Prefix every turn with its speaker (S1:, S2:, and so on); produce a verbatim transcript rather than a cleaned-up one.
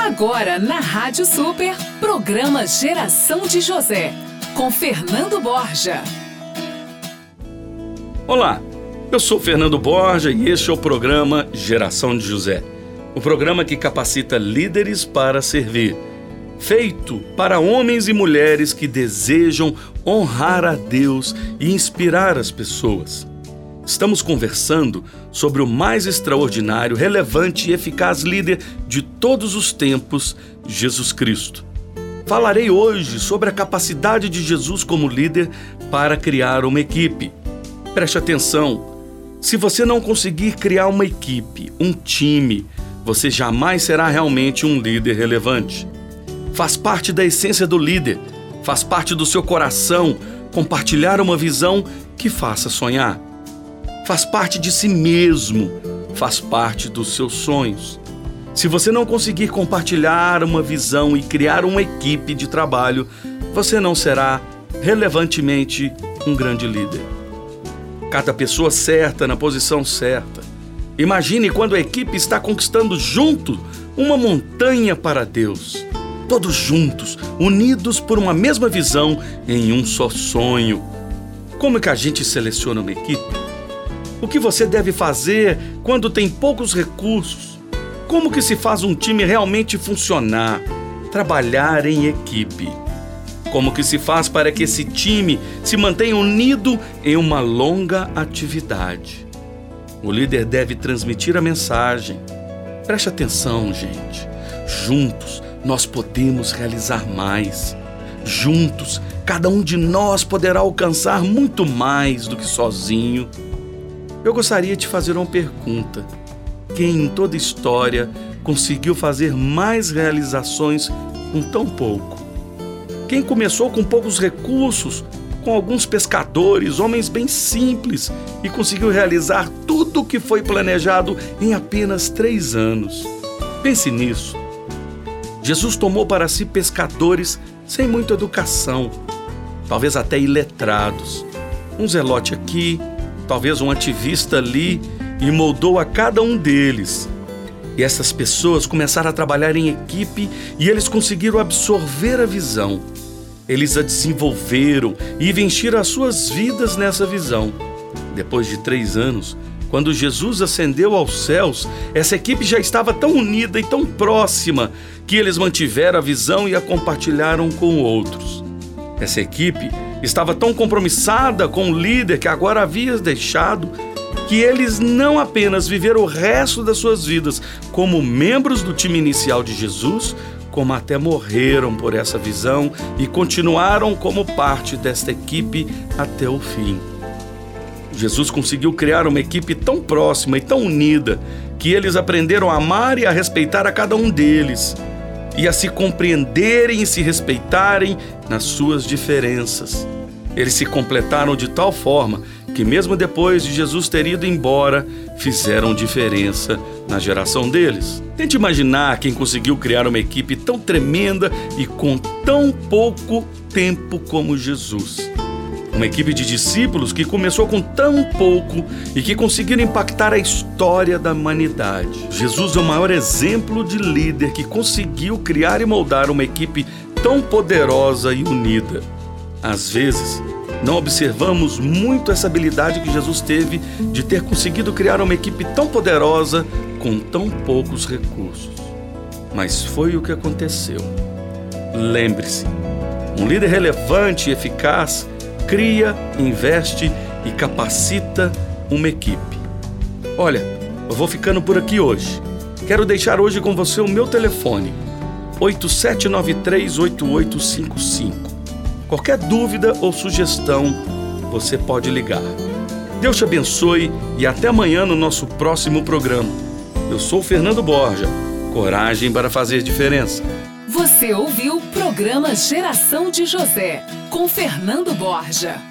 S1: Agora na Rádio Super, programa Geração de José, com Fernando Borja.
S2: Olá, eu sou Fernando Borja e este é o programa Geração de José. O programa que capacita líderes para servir. Feito para homens e mulheres que desejam honrar a Deus e inspirar as pessoas. Estamos conversando sobre o mais extraordinário, relevante e eficaz líder de todos os tempos, Jesus Cristo. Falarei hoje sobre a capacidade de Jesus como líder para criar uma equipe. Preste atenção, se você não conseguir criar uma equipe, um time, você jamais será realmente um líder relevante. Faz parte da essência do líder, faz parte do seu coração compartilhar uma visão que faça sonhar. Faz parte de si mesmo, faz parte dos seus sonhos. Se você não conseguir compartilhar uma visão e criar uma equipe de trabalho, você não será relevantemente um grande líder. Cada pessoa certa na posição certa. Imagine quando a equipe está conquistando junto uma montanha para Deus. Todos juntos, unidos por uma mesma visão em um só sonho. Como é que a gente seleciona uma equipe? O que você deve fazer quando tem poucos recursos? Como que se faz um time realmente funcionar, trabalhar em equipe? Como que se faz para que esse time se mantenha unido em uma longa atividade? O líder deve transmitir a mensagem. Preste atenção, gente. Juntos, nós podemos realizar mais. Juntos, cada um de nós poderá alcançar muito mais do que sozinho. Eu gostaria de fazer uma pergunta. Quem em toda a história conseguiu fazer mais realizações com tão pouco? Quem começou com poucos recursos, com alguns pescadores, homens bem simples, e conseguiu realizar tudo o que foi planejado em apenas três anos? Pense nisso. Jesus tomou para si pescadores sem muita educação, talvez até iletrados. Um zelote aqui, talvez um ativista ali, e moldou a cada um deles. E essas pessoas começaram a trabalhar em equipe e eles conseguiram absorver a visão. Eles a desenvolveram e venceram as suas vidas nessa visão. Depois de três anos, quando Jesus ascendeu aos céus, essa equipe já estava tão unida e tão próxima que eles mantiveram a visão e a compartilharam com outros. Essa equipe estava tão compromissada com o líder que agora havia deixado, que eles não apenas viveram o resto das suas vidas como membros do time inicial de Jesus, como até morreram por essa visão e continuaram como parte desta equipe até o fim. Jesus conseguiu criar uma equipe tão próxima e tão unida que eles aprenderam a amar e a respeitar a cada um deles e a se compreenderem e se respeitarem nas suas diferenças. Eles se completaram de tal forma que mesmo depois de Jesus ter ido embora, fizeram diferença na geração deles. Tente imaginar quem conseguiu criar uma equipe tão tremenda e com tão pouco tempo como Jesus. Uma equipe de discípulos que começou com tão pouco e que conseguiram impactar a história da humanidade. Jesus é o maior exemplo de líder que conseguiu criar e moldar uma equipe tão poderosa e unida. Às vezes, não observamos muito essa habilidade que Jesus teve de ter conseguido criar uma equipe tão poderosa com tão poucos recursos. Mas foi o que aconteceu. Lembre-se, um líder relevante e eficaz cria, investe e capacita uma equipe. Olha, eu vou ficando por aqui hoje. Quero deixar hoje com você o meu telefone, oito sete nove três, oito oito cinco cinco. Qualquer dúvida ou sugestão, você pode ligar. Deus te abençoe e até amanhã no nosso próximo programa. Eu sou Fernando Borja. Coragem para fazer diferença.
S1: Você ouviu o programa Geração de José, com Fernando Borja.